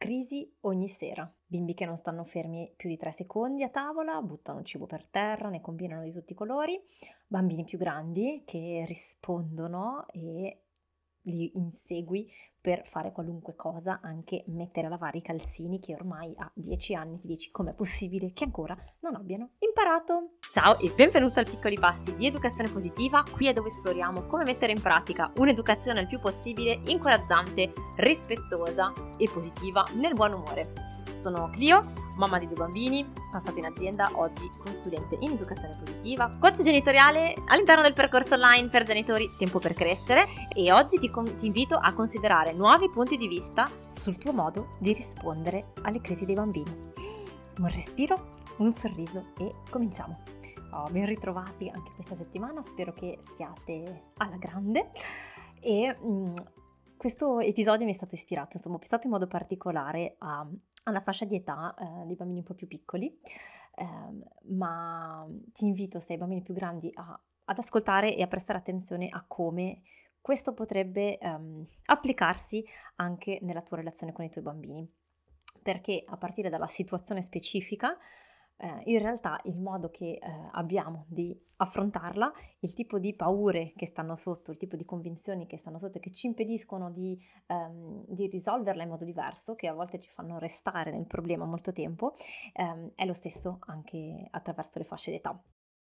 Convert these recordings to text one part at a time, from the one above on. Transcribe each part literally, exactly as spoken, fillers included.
crisi ogni sera. Bimbi che non stanno fermi più di tre secondi a tavola, buttano il cibo per terra, ne combinano di tutti i colori. Bambini più grandi che rispondono e li insegui per fare qualunque cosa, anche mettere a lavare i calzini che ormai a dieci anni ti dici com'è possibile che ancora non abbiano imparato. Ciao e benvenuto al Piccoli Passi di Educazione Positiva, qui è dove esploriamo come mettere in pratica un'educazione il più possibile incoraggiante, rispettosa e positiva nel buon umore. Sono Clio, mamma di due bambini, passato in azienda, oggi consulente in educazione positiva, coach genitoriale all'interno del percorso online per genitori Tempo per Crescere, e oggi ti, con- ti invito a considerare nuovi punti di vista sul tuo modo di rispondere alle crisi dei bambini. Un respiro, un sorriso e cominciamo. Oh, ben ritrovati anche questa settimana, spero che stiate alla grande e mh, questo episodio mi è stato ispirato, insomma, ho pensato in modo particolare a alla fascia di età eh, dei bambini un po' più piccoli, ehm, ma ti invito, se hai bambini più grandi, a, ad ascoltare e a prestare attenzione a come questo potrebbe ehm, applicarsi anche nella tua relazione con i tuoi bambini, perché a partire dalla situazione specifica, eh, in realtà il modo che eh, abbiamo di affrontarla, il tipo di paure che stanno sotto, il tipo di convinzioni che stanno sotto e che ci impediscono di, ehm, di risolverla in modo diverso, che a volte ci fanno restare nel problema molto tempo, ehm, è lo stesso anche attraverso le fasce d'età.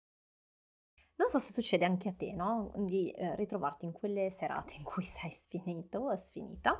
Non so se succede anche a te, no? Di eh, ritrovarti in quelle serate in cui sei sfinito o sfinita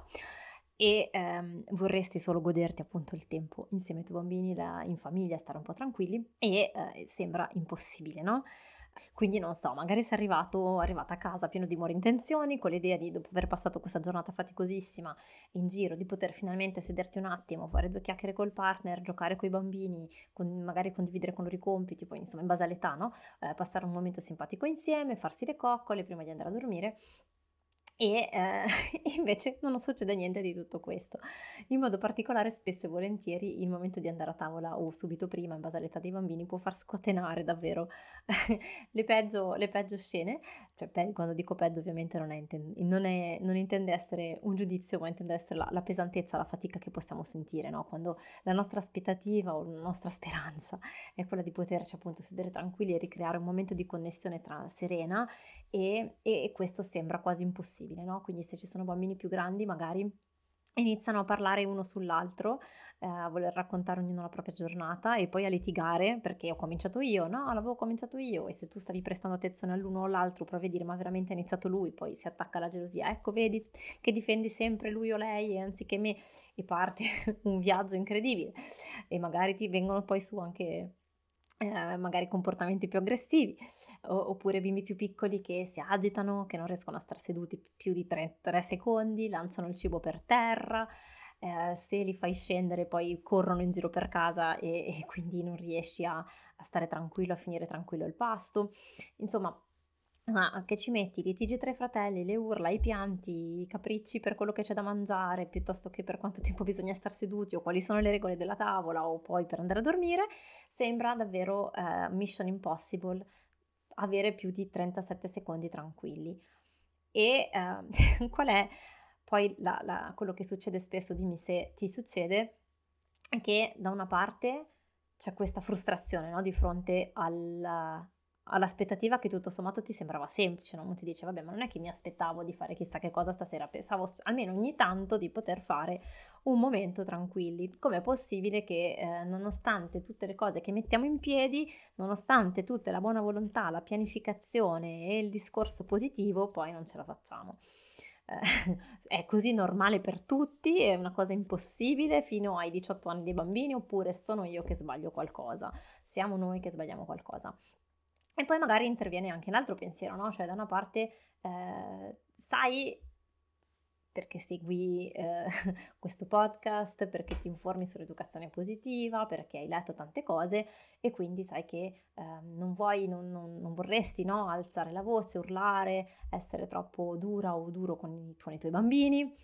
e ehm, vorresti solo goderti appunto il tempo insieme ai tuoi bambini, la- in famiglia, stare un po' tranquilli e eh, sembra impossibile, no? Quindi non so, magari sei arrivato, arrivata a casa pieno di buone intenzioni, con l'idea di, dopo aver passato questa giornata faticosissima in giro, di poter finalmente sederti un attimo, fare due chiacchiere col partner, giocare coi bambini, con- magari condividere con loro i compiti, poi insomma in base all'età, no? Eh, passare un momento simpatico insieme, farsi le coccole prima di andare a dormire. E eh, invece non succede niente di tutto questo. In modo particolare, spesso e volentieri, il momento di andare a tavola o subito prima, in base all'età dei bambini, può far scatenare davvero le peggio, le peggio scene. Cioè, pe- quando dico peggio, ovviamente non, è inten- non, è- non intende essere un giudizio, ma intende essere la, la pesantezza, la fatica che possiamo sentire, no? Quando la nostra aspettativa o la nostra speranza è quella di poterci appunto sedere tranquilli e ricreare un momento di connessione tra serena e, e questo sembra quasi impossibile, no? Quindi se ci sono bambini più grandi magari iniziano a parlare uno sull'altro, eh, a voler raccontare ognuno la propria giornata e poi a litigare perché ho cominciato io, no, l'avevo cominciato io, e se tu stavi prestando attenzione all'uno o all'altro provi a dire ma veramente ha iniziato lui, poi si attacca la gelosia, ecco vedi che difendi sempre lui o lei anziché me, e parte un viaggio incredibile e magari ti vengono poi su anche eh, magari comportamenti più aggressivi, o- oppure bimbi più piccoli che si agitano, che non riescono a star seduti più di tre secondi, lanciano il cibo per terra, eh, se li fai scendere poi corrono in giro per casa e, e quindi non riesci a, a stare tranquillo, a finire tranquillo il pasto. Insomma, ah, che ci metti, litigi tra i fratelli, le urla, i pianti, i capricci per quello che c'è da mangiare, piuttosto che per quanto tempo bisogna star seduti o quali sono le regole della tavola o poi per andare a dormire, sembra davvero eh, Mission Impossible avere più di trentasette secondi tranquilli. E eh, qual è poi la- la- quello che succede spesso, dimmi se ti succede, è che da una parte c'è questa frustrazione, no, di fronte al- all'aspettativa che tutto sommato ti sembrava semplice, no? Uno ti dice, vabbè, ma non è che mi aspettavo di fare chissà che cosa stasera, pensavo st- almeno ogni tanto di poter fare un momento tranquilli. Com'è possibile che eh, nonostante tutte le cose che mettiamo in piedi, nonostante tutta la buona volontà, la pianificazione e il discorso positivo, poi non ce la facciamo? Eh, è così normale per tutti, è una cosa impossibile fino ai diciotto anni dei bambini, oppure sono io che sbaglio qualcosa, siamo noi che sbagliamo qualcosa. E poi magari interviene anche un altro pensiero, no? Cioè da una parte eh, sai, perché segui eh, questo podcast, perché ti informi sull'educazione positiva, perché hai letto tante cose e quindi sai che eh, non vuoi, non, non, non vorresti, no? Alzare la voce, urlare, essere troppo dura o duro con i, con i tuoi bambini.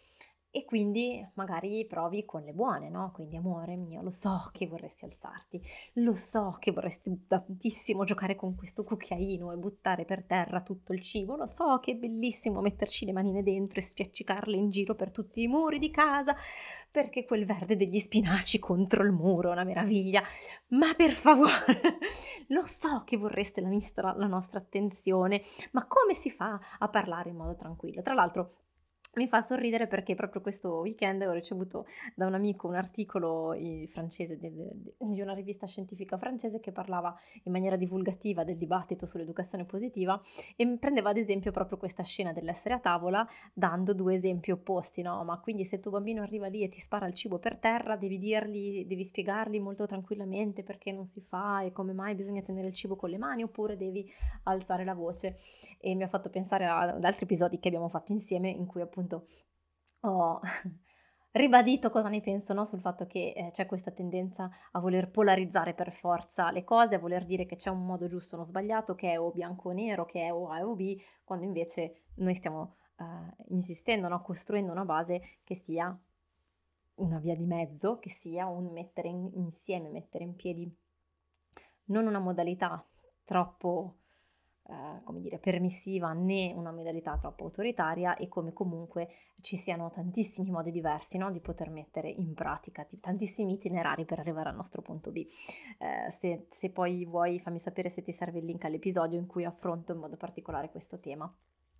E quindi magari provi con le buone, no, quindi: "Amore mio, lo so che vorresti alzarti, lo so che vorresti tantissimo giocare con questo cucchiaino e buttare per terra tutto il cibo, lo so che è bellissimo metterci le manine dentro e spiaccicarle in giro per tutti i muri di casa, perché quel verde degli spinaci contro il muro è una meraviglia, ma per favore, lo so che vorreste la mistra la nostra attenzione, ma come si fa a parlare in modo tranquillo?" Tra l'altro mi fa sorridere perché proprio questo weekend ho ricevuto da un amico un articolo i francese del de di una rivista scientifica francese che parlava in maniera divulgativa del dibattito sull'educazione positiva e m prendeva ad esempio proprio questa scena dell'essere a tavola, dando due esempi opposti, no, ma quindi se tuo bambino arriva lì e ti spara il cibo per terra, devi dirgli devi spiegargli molto tranquillamente perché non si fa e come mai bisogna tenere il cibo con le mani, oppure devi alzare la voce. E mi ha fatto pensare a ad altri episodi che abbiamo fatto insieme in cui appunto ho ribadito cosa ne penso, no, sul fatto che, ehm, c'è questa tendenza a voler polarizzare per forza le cose, a voler dire che c'è un modo giusto o uno sbagliato, che è o bianco o nero, che è o A o B, quando invece noi stiamo, ehm, insistendo, no, costruendo una base che sia una via di mezzo, che sia un mettere in insieme, mettere in piedi non una modalità troppo, ehm, come dire, permissiva, né una modalità troppo autoritaria e come comunque ci siano tantissimi modi diversi, no, di poter mettere in pratica, ti tantissimi itinerari per arrivare al nostro punto B. Ehm, se se poi vuoi fammi sapere se ti serve il link all'episodio in cui affronto in modo particolare questo tema.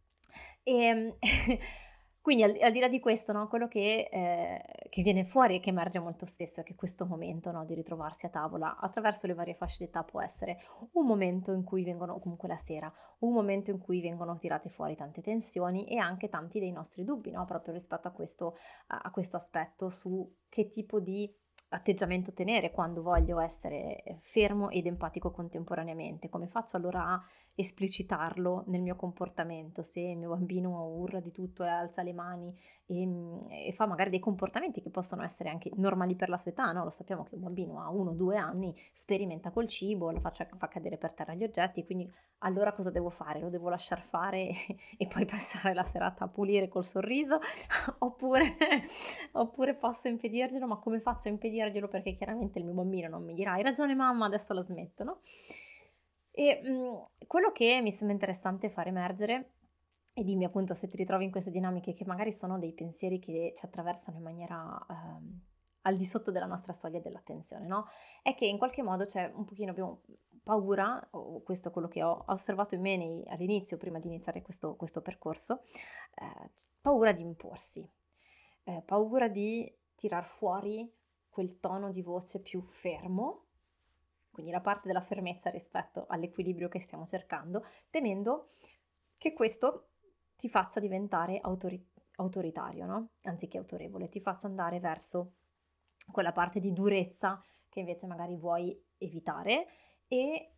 Ehm, quindi al al di là di questo, no, quello che ehm, che viene fuori e che emerge molto spesso è che questo momento, no, di ritrovarsi a tavola attraverso le varie fasce d'età può essere un momento in cui vengono o comunque la sera, un momento in cui vengono tirate fuori tante tensioni e anche tanti dei nostri dubbi, no, proprio rispetto a questo a a questo aspetto su che tipo di atteggiamento tenere quando voglio essere, ehm, fermo ed empatico contemporaneamente. Come faccio allora a esplicitarlo nel mio comportamento? Se il mio bambino urla di tutto e alza le mani, ehm, e fa magari dei comportamenti che possono essere anche normali per la sua età, no, lo sappiamo che un bambino a uno, due anni sperimenta col cibo, lo faccia fa cadere per terra gli oggetti, quindi allora cosa devo fare? Lo devo lasciar fare e poi passare la serata a pulire col sorriso oppure oppure posso impedirglielo, ma come faccio a impedirglielo? Perché chiaramente il mio bambino non mi dirà: "Hai ragione mamma, adesso la smetto", no? E, mhmm, quello che mi sembra interessante far emergere e dimmi appunto se ti ritrovi in queste dinamiche che magari sono dei pensieri che ci attraversano in maniera, ehm, al di sotto della nostra soglia dell'attenzione, no, è che in qualche modo c'è un pochino abbiamo paura, o questo è quello che ho osservato in me nei all'inizio, prima di iniziare questo questo percorso, ehm, c paura di imporsi, ehm, paura di tirar fuori quel tono di voce più fermo, quindi la parte della fermezza rispetto all'equilibrio che stiamo cercando, temendo che questo ti faccia diventare autori autoritario, no, anziché autorevole, ti faccia andare verso quella parte di durezza che invece magari vuoi evitare e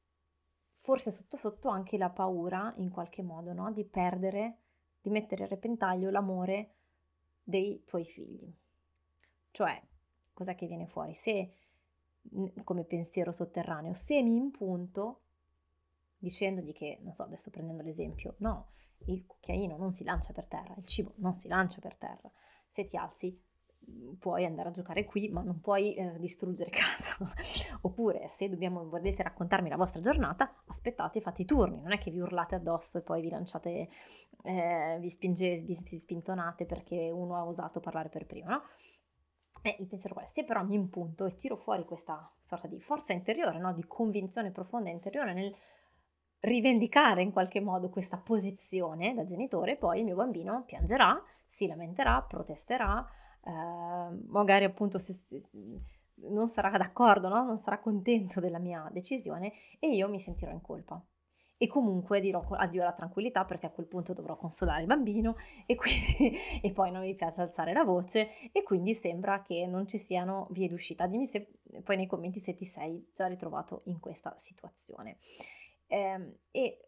forse sotto sotto anche la paura in qualche modo, no, di perdere, di mettere a repentaglio l'amore dei tuoi figli. Cioè, cos'è che viene fuori? Se mhmm, come pensiero sotterraneo, se mi impunto dicendogli che, non so, adesso prendendo l'esempio, no, il cucchiaino non si lancia per terra, il cibo non si lancia per terra. Se ti alzi, mhmm, puoi andare a giocare qui, ma non puoi, ehm, distruggere casa. Oppure se dobbiamo volete raccontarmi la vostra giornata, aspettate, fate i turni, non è che vi urlate addosso e poi vi lanciate ehm, vi spinge vi vi spintonate perché uno ha osato parlare per primo, no? Eh, il pensiero qual è? Se però mi impunto e tiro fuori questa sorta di forza interiore, no, di convinzione profonda interiore nel rivendicare in qualche modo questa posizione da genitore, poi il mio bambino piangerà, si lamenterà, protesterà, ehm, magari appunto se se s non sarà d'accordo, no, non sarà contento della mia decisione e io mi sentirò in colpa. E comunque dirò co addio alla tranquillità perché a quel punto dovrò consolare il bambino e quindi e poi non mi piace alzare la voce e quindi sembra che non ci siano vie d'uscita. Dimmi se poi nei commenti se ti sei già ritrovato in questa situazione. Ehm, e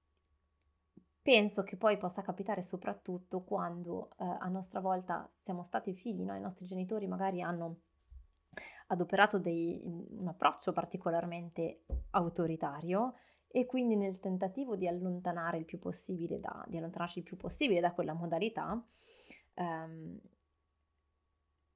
penso che poi possa capitare soprattutto quando, ehm, a nostra volta siamo stati figli, no, i nostri genitori magari hanno adoperato dei mhmm, un approccio particolarmente autoritario e quindi nel tentativo di allontanare il più possibile da di allontanarci il più possibile da quella modalità, ehm,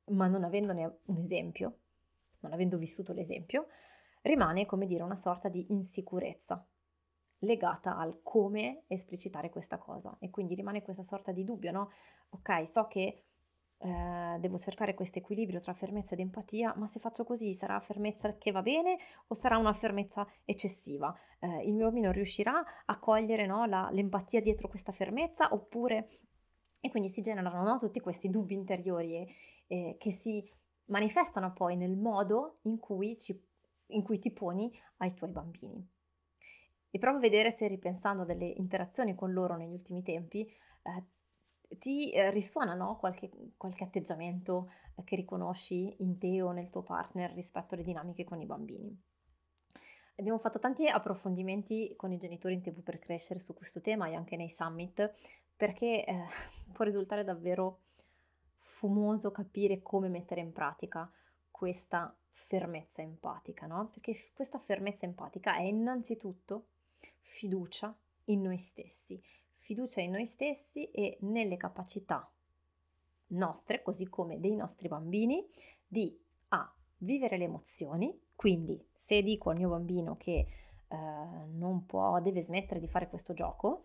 ma non avendone un esempio, non avendo vissuto l'esempio, rimane, come dire, una sorta di insicurezza legata al come esplicitare questa cosa e quindi rimane questa sorta di dubbio, no? Ok, so che eh, devo cercare questo equilibrio tra fermezza ed empatia, ma se faccio così sarà fermezza che va bene o sarà una fermezza eccessiva? Eh, il mio bambino riuscirà a cogliere, no, la- l'empatia dietro questa fermezza oppure... E quindi si generano, no, tutti questi dubbi interiori e- e che si manifestano poi nel modo in cui, ci, in cui ti poni ai tuoi bambini. E proprio vedere se ripensando delle interazioni con loro negli ultimi tempi, eh, ti eh, risuona, no, qualche, qualche atteggiamento eh, che riconosci in te o nel tuo partner rispetto alle dinamiche con i bambini. Abbiamo fatto tanti approfondimenti con i genitori in T V per crescere su questo tema e anche nei summit, perché eh, può risultare davvero fumoso capire come mettere in pratica questa fermezza empatica, no? Perché f- questa fermezza empatica è innanzitutto fiducia in noi stessi, fiducia in noi stessi e nelle capacità nostre, così come dei nostri bambini, di A, vivere le emozioni, quindi se dico al mio bambino che eh, non può, deve smettere di fare questo gioco,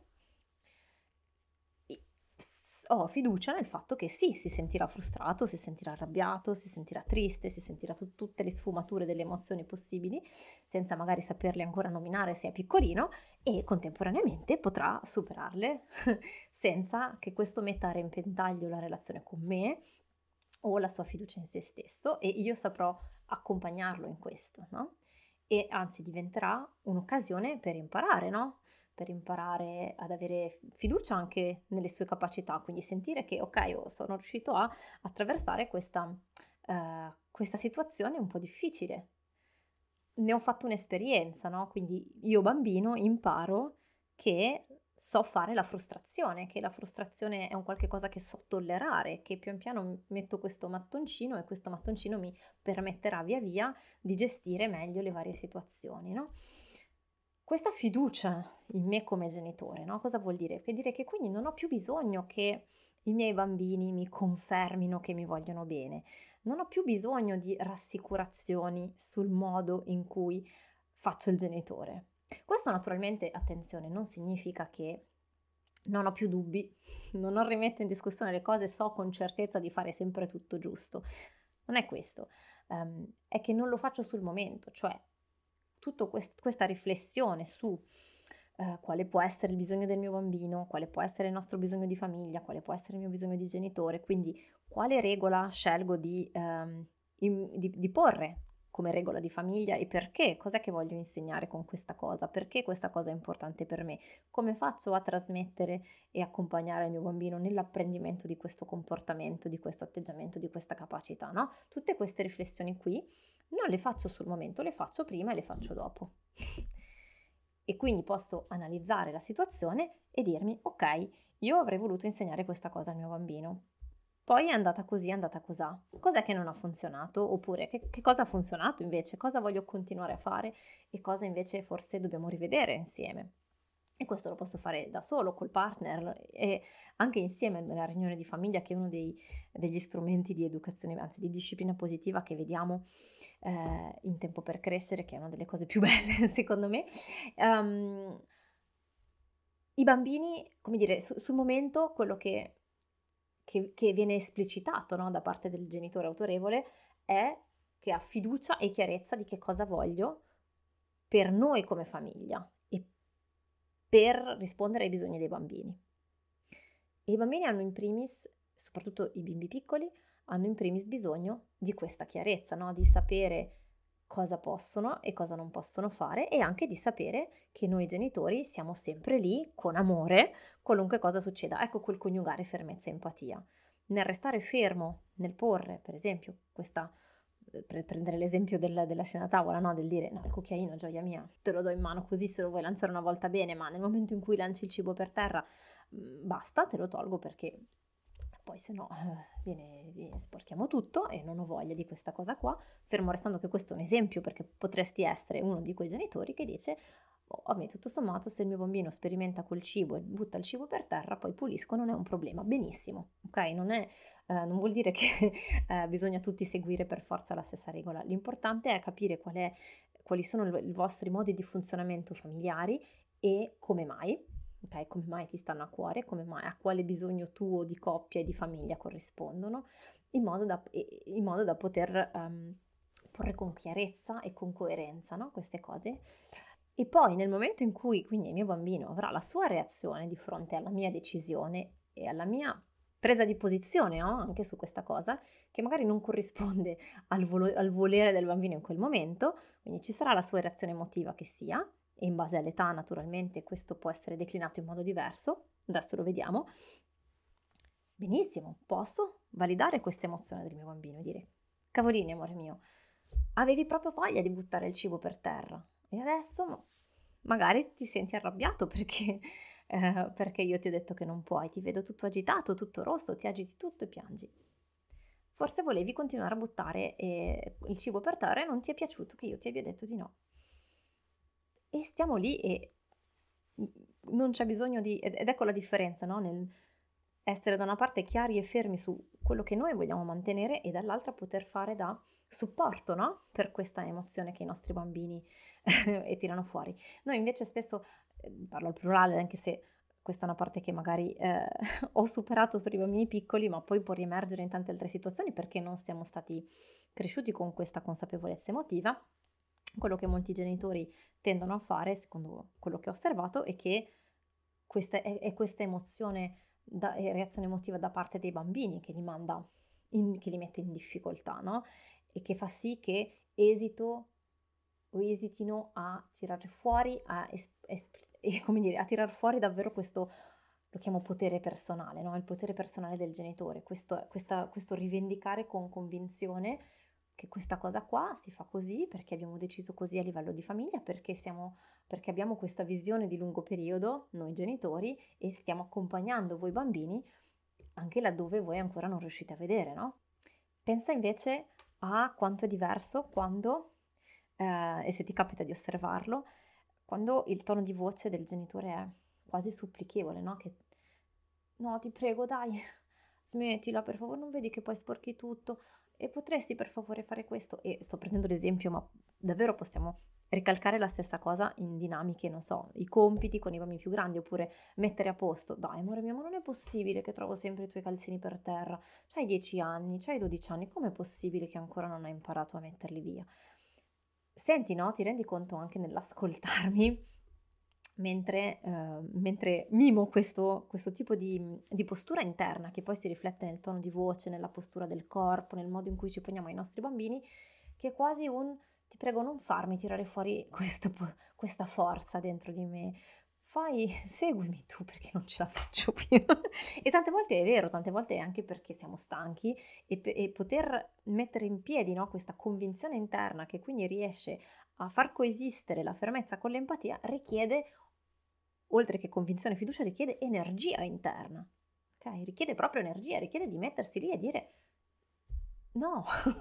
ho fiducia nel fatto che sì, si sentirà frustrato, si sentirà arrabbiato, si sentirà triste, si sentirà tu- tutte le sfumature delle emozioni possibili, senza magari saperle ancora nominare se è piccolino, e contemporaneamente potrà superarle senza che questo metta a repentaglio la relazione con me o la sua fiducia in se stesso, e io saprò accompagnarlo in questo, no? E anzi diventerà un'occasione per imparare, no? Per imparare ad avere fiducia anche nelle sue capacità, quindi sentire che ok, io sono riuscito a attraversare questa, eh, questa situazione un po' difficile. Ne ho fatto un'esperienza, no? Quindi io bambino imparo che so fare la frustrazione, che la frustrazione è un qualche cosa che so tollerare, che pian piano metto questo mattoncino e questo mattoncino mi permetterà via via di gestire meglio le varie situazioni, no? Questa fiducia in me come genitore, no? Cosa vuol dire? Vuol dire che quindi non ho più bisogno che i miei bambini mi confermino che mi vogliono bene, non ho più bisogno di rassicurazioni sul modo in cui faccio il genitore. Questo naturalmente, attenzione, non significa che non ho più dubbi, non rimetto in discussione le cose, so con certezza di fare sempre tutto giusto. Non è questo, um, è che non lo faccio sul momento, cioè tutta quest- questa riflessione su eh, quale può essere il bisogno del mio bambino, quale può essere il nostro bisogno di famiglia, quale può essere il mio bisogno di genitore, quindi quale regola scelgo di, ehm, im- di, di porre come regola di famiglia e perché, cos'è che voglio insegnare con questa cosa, perché questa cosa è importante per me, come faccio a trasmettere e accompagnare il mio bambino nell'apprendimento di questo comportamento, di questo atteggiamento, di questa capacità, no? Tutte queste riflessioni qui non le faccio sul momento, le faccio prima e le faccio dopo. E quindi posso analizzare la situazione e dirmi, ok, io avrei voluto insegnare questa cosa al mio bambino. Poi è andata così, è andata cosà. Cos'è che non ha funzionato? Oppure che, che cosa ha funzionato invece? Cosa voglio continuare a fare? E cosa invece forse dobbiamo rivedere insieme? E questo lo posso fare da solo, col partner e anche insieme nella riunione di famiglia, che è uno dei, degli strumenti di educazione, anzi di disciplina positiva che vediamo eh, in Tempo per Crescere, che è una delle cose più belle secondo me. Um, I bambini, come dire, su- sul momento quello che, che- che viene esplicitato, no, da parte del genitore autorevole è che ha fiducia e chiarezza di che cosa voglio per noi come famiglia e per rispondere ai bisogni dei bambini. E i bambini hanno in primis, soprattutto i bimbi piccoli, hanno in primis bisogno di questa chiarezza, no? Di sapere cosa possono e cosa non possono fare e anche di sapere che noi genitori siamo sempre lì con amore, qualunque cosa succeda. Ecco quel coniugare fermezza e empatia. Nel restare fermo, nel porre, per esempio, questa, per prendere l'esempio della, della scena a tavola, no? Del dire no, il cucchiaino, gioia mia, te lo do in mano così se lo vuoi lanciare una volta bene, ma nel momento in cui lanci il cibo per terra, mh, basta, te lo tolgo perché poi se no eh, viene, viene- sporchiamo tutto e non ho voglia di questa cosa qua, fermo restando che questo è un esempio perché potresti essere uno di quei genitori che dice oh, a me tutto sommato se il mio bambino sperimenta col cibo e butta il cibo per terra poi pulisco non è un problema, benissimo, ok? Non è ehm, non vuol dire che, ehm, bisogna tutti seguire per forza la stessa regola. L'importante è capire qual è quali sono il i vostri modi di funzionamento familiari e come mai, okay, come mai ti stanno a cuore, come mai a quale bisogno tuo di coppia e di famiglia corrispondono, in modo da e e in modo da poter, ehm, porre con chiarezza e con coerenza, no, queste cose. E poi nel momento in cui quindi il mio bambino avrà la sua reazione di fronte alla mia decisione e alla mia presa di posizione, no, anche su questa cosa, che magari non corrisponde al volo al volere del bambino in quel momento, quindi ci sarà la sua reazione emotiva che sia, e in base all'età naturalmente questo può essere declinato in modo diverso, adesso lo vediamo. Benissimo, posso validare questa emozione del mio bambino e dire: "Cavolini amore mio, avevi proprio voglia di buttare il cibo per terra e adesso m magari ti senti arrabbiato perché ehm, perché io ti ho detto che non puoi, ti vedo tutto agitato, tutto rosso, ti agiti tutto e piangi. Forse volevi continuare a buttare, ehm, il cibo per terra e non ti è piaciuto che io ti abbia detto di no." E stiamo lì e, mhmm, non c'è bisogno di ed ed ecco la differenza, no, nel essere da una parte chiari e fermi su quello che noi vogliamo mantenere e dall'altra poter fare da supporto, no, per questa emozione che i nostri bambini e tirano fuori. Noi invece spesso, ehm, parlo al plurale anche se questa è una parte che magari, ehm, ho superato per i bambini piccoli, ma poi può riemergere in tante altre situazioni perché non siamo stati cresciuti con questa consapevolezza emotiva. Quello che molti genitori tendono a fare, secondo quello che ho osservato, è che questa è è questa emozione da e reazione emotiva da parte dei bambini che li manda in che li mette in difficoltà, no, e che fa sì che esito o esitino a tirare fuori, a es espl e come dire, a tirar fuori davvero questo lo chiamo potere personale, no, il potere personale del genitore, questo questa questo rivendicare con convinzione che questa cosa qua si fa così perché abbiamo deciso così a livello di famiglia, perché siamo perché abbiamo questa visione di lungo periodo, noi genitori, e stiamo accompagnando voi bambini anche laddove voi ancora non riuscite a vedere, no? Pensa invece a quanto è diverso quando, ehm, e se ti capita di osservarlo, quando il tono di voce del genitore è quasi supplichevole, no, che: "No, ti prego dai, smettila per favore, non vedi che poi sporchi tutto? E potresti per favore fare questo?" E sto prendendo l'esempio, ma davvero possiamo ricalcare la stessa cosa in dinamiche, non so, i compiti con i bambini più grandi, oppure mettere a posto: "Dai amore mio, ma non è possibile che trovo sempre i tuoi calzini per terra. C'hai dieci anni, c'hai dodici anni, com'è possibile che ancora non hai imparato a metterli via?" Senti, no, ti rendi conto anche nell'ascoltarmi mentre ehm, mentre mimo questo questo tipo di mhmm, di postura interna che poi si riflette nel tono di voce, nella postura del corpo, nel modo in cui ci poniamo ai nostri bambini, che è quasi un: "Ti prego non farmi tirare fuori questo po questa forza dentro di me. Fai seguimi tu perché non ce la faccio più." E tante volte è vero, tante volte è anche perché siamo stanchi e pe e poter mettere in piedi, no, questa convinzione interna che quindi riesce a far coesistere la fermezza con l'empatia richiede, oltre che convinzione e fiducia, richiede energia interna, okay, richiede proprio energia, richiede di mettersi lì e dire: "No."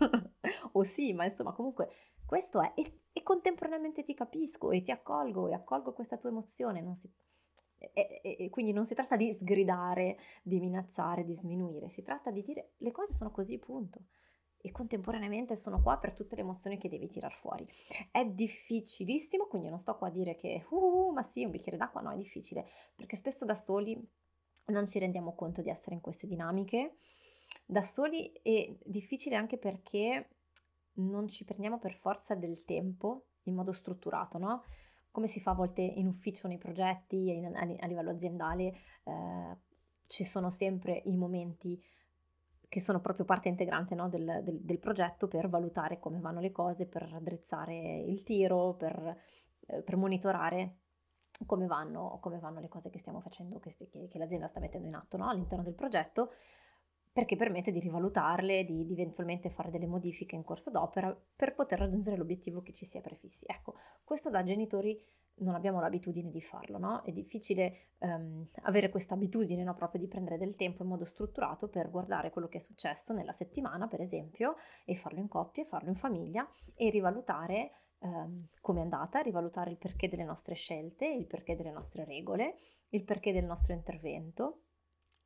O sì, ma insomma comunque questo è e e contemporaneamente ti capisco e ti accolgo e accolgo questa tua emozione, non si e e e quindi non si tratta di sgridare, di minacciare, di sminuire, si tratta di dire: "Le cose sono così, punto." E contemporaneamente sono qua per tutte le emozioni che devi tirar fuori. È difficilissimo, quindi non sto qua a dire che: "Uh, ma sì, un bicchiere d'acqua", no, è difficile, perché spesso da soli non ci rendiamo conto di essere in queste dinamiche. Da soli è difficile anche perché non ci prendiamo per forza del tempo in modo strutturato, no, come si fa a volte in ufficio, nei progetti, in a li a livello aziendale, ehm, ci sono sempre i momenti che sono proprio parte integrante, no, del del del progetto per valutare come vanno le cose, per raddrizzare il tiro, per ehm, per monitorare come vanno come vanno le cose che stiamo facendo, che sti che che l'azienda sta mettendo in atto, no, all'interno del progetto, perché permette di rivalutarle, di di eventualmente fare delle modifiche in corso d'opera per poter raggiungere l'obiettivo che ci si è prefissi. Ecco, questo da genitori non abbiamo l'abitudine di farlo, no, è difficile, ehm, avere questa abitudine, no, proprio di prendere del tempo in modo strutturato per guardare quello che è successo nella settimana, per esempio, e farlo in coppia, e farlo in famiglia e rivalutare, ehm, com'è andata, rivalutare il perché delle nostre scelte, il perché delle nostre regole, il perché del nostro intervento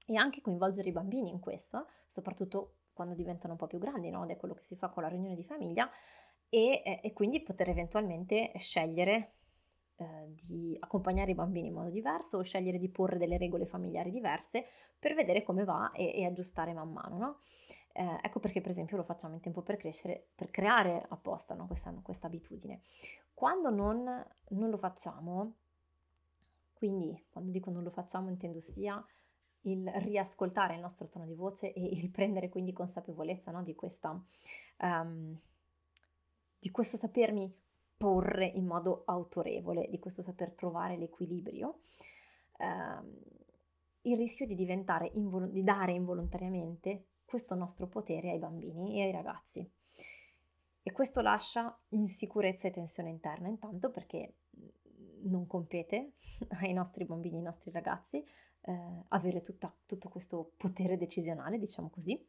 E anche coinvolgere i bambini in questo, soprattutto quando diventano un po' più grandi, no, ed è quello che si fa con la riunione di famiglia, e e e quindi poter eventualmente scegliere, ehm, di accompagnare i bambini in modo diverso o scegliere di porre delle regole familiari diverse per vedere come va e e aggiustare man mano, no. Ehm, ecco perché per esempio lo facciamo in Tempo per Crescere per creare apposta, no, questa questa abitudine. Quando non non lo facciamo, quindi quando dico non lo facciamo intendo sia il riascoltare il nostro tono di voce e il riprendere quindi consapevolezza, no, di questa ehm, di questo sapermi porre in modo autorevole, di questo saper trovare l'equilibrio, ehm, il rischio di diventare involo di dare involontariamente questo nostro potere ai bambini e ai ragazzi. E questo lascia insicurezza e tensione interna, intanto perché, mhmm, non compete ai nostri bambini, ai nostri ragazzi, ehm, avere tutta tutto questo potere decisionale, diciamo così,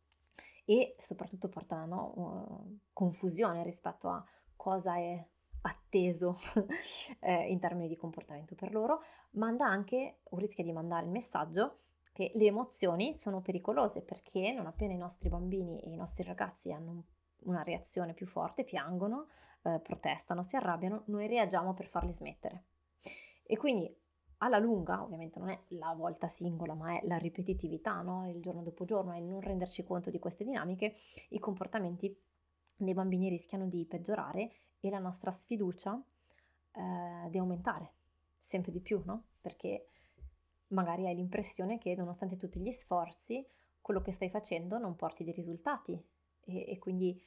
e soprattutto porta, no, uhm, confusione rispetto a cosa è atteso, ehm, in termini di comportamento per loro, manda anche o rischia di mandare il messaggio che le emozioni sono pericolose, perché non appena i nostri bambini e i nostri ragazzi hanno un una reazione più forte, piangono, ehm, protestano, si arrabbiano, noi reagiamo per farli smettere. E quindi alla lunga, ovviamente non è la volta singola, ma è la ripetitività, no, il giorno dopo giorno, è il non renderci conto di queste dinamiche, i comportamenti dei bambini rischiano di peggiorare e la nostra sfiducia, ehm, di aumentare sempre di più, no, perché magari hai l'impressione che nonostante tutti gli sforzi, quello che stai facendo non porti dei risultati e e quindi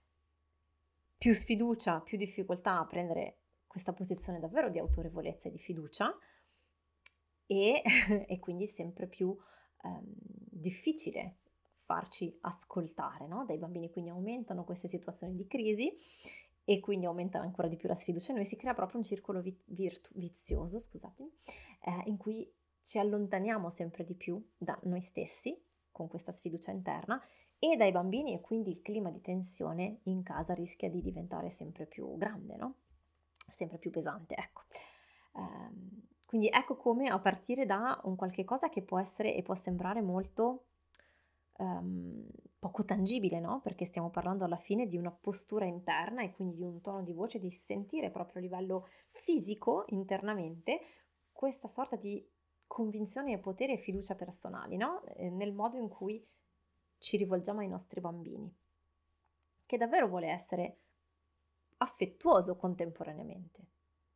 più sfiducia, più difficoltà a prendere questa posizione davvero di autorevolezza e di fiducia e e quindi sempre più, ehm, difficile farci ascoltare, no, dai bambini. Quindi aumentano queste situazioni di crisi e quindi aumenta ancora di più la sfiducia in noi, si crea proprio un circolo vi virtu vizioso, scusatemi, ehm, in cui ci allontaniamo sempre di più da noi stessi, con questa sfiducia interna, e dai bambini e quindi il clima di tensione in casa rischia di diventare sempre più grande, no, sempre più pesante, ecco. Ehm, quindi ecco come a partire da un qualche cosa che può essere e può sembrare molto, ehm, poco tangibile, no, perché stiamo parlando alla fine di una postura interna e quindi di un tono di voce, di sentire proprio a livello fisico, internamente, questa sorta di convinzione e potere e fiducia personali, no, ehm, nel modo in cui ci rivolgiamo ai nostri bambini, che davvero vuole essere affettuoso contemporaneamente.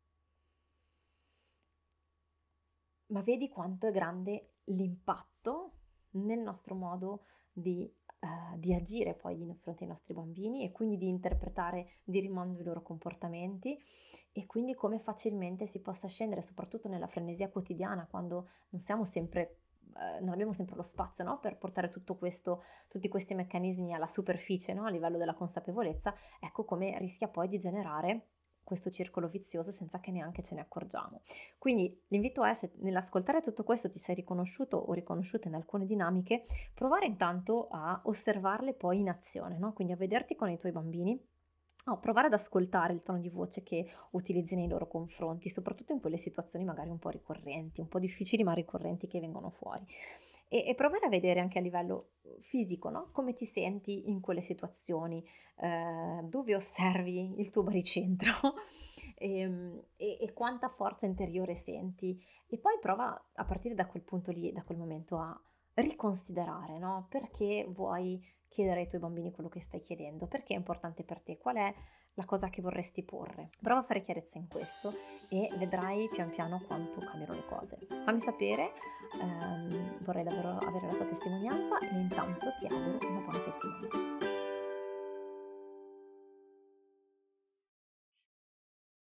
Ma vedi quanto è grande l'impatto nel nostro modo di, ehm, di agire poi di fronte ai nostri bambini e quindi di interpretare di rimando i loro comportamenti e quindi come facilmente si possa scendere, soprattutto nella frenesia quotidiana, quando non siamo sempre ehm, non abbiamo sempre lo spazio, no, per portare tutto questo tutti questi meccanismi alla superficie, no, a livello della consapevolezza, ecco come rischia poi di generare questo circolo vizioso senza che neanche ce ne accorgiamo. Quindi l'invito è, se nell'ascoltare tutto questo ti sei riconosciuto o riconosciuta in alcune dinamiche, provare intanto a osservarle poi in azione, no? Quindi a vederti con i tuoi bambini, o provare ad ascoltare il tono di voce che utilizzi nei loro confronti, soprattutto in quelle situazioni magari un po' ricorrenti, un po' difficili ma ricorrenti che vengono fuori. E, e provare a vedere anche a livello uhm, fisico, no? Come ti senti in quelle situazioni, eh, dove osservi il tuo baricentro ehm, e, e quanta forza interiore senti. E poi prova a partire da quel punto lì, da quel momento a riconsiderare, no? Perché vuoi chiedere ai tuoi bambini quello che stai chiedendo? Perché è importante per te? Qual è la cosa che vorresti porre? Prova a fare chiarezza in questo e vedrai pian piano quanto cambieranno le cose. Fammi sapere, ehm, vorrei davvero avere la tua testimonianza e intanto ti auguro una buona settimana.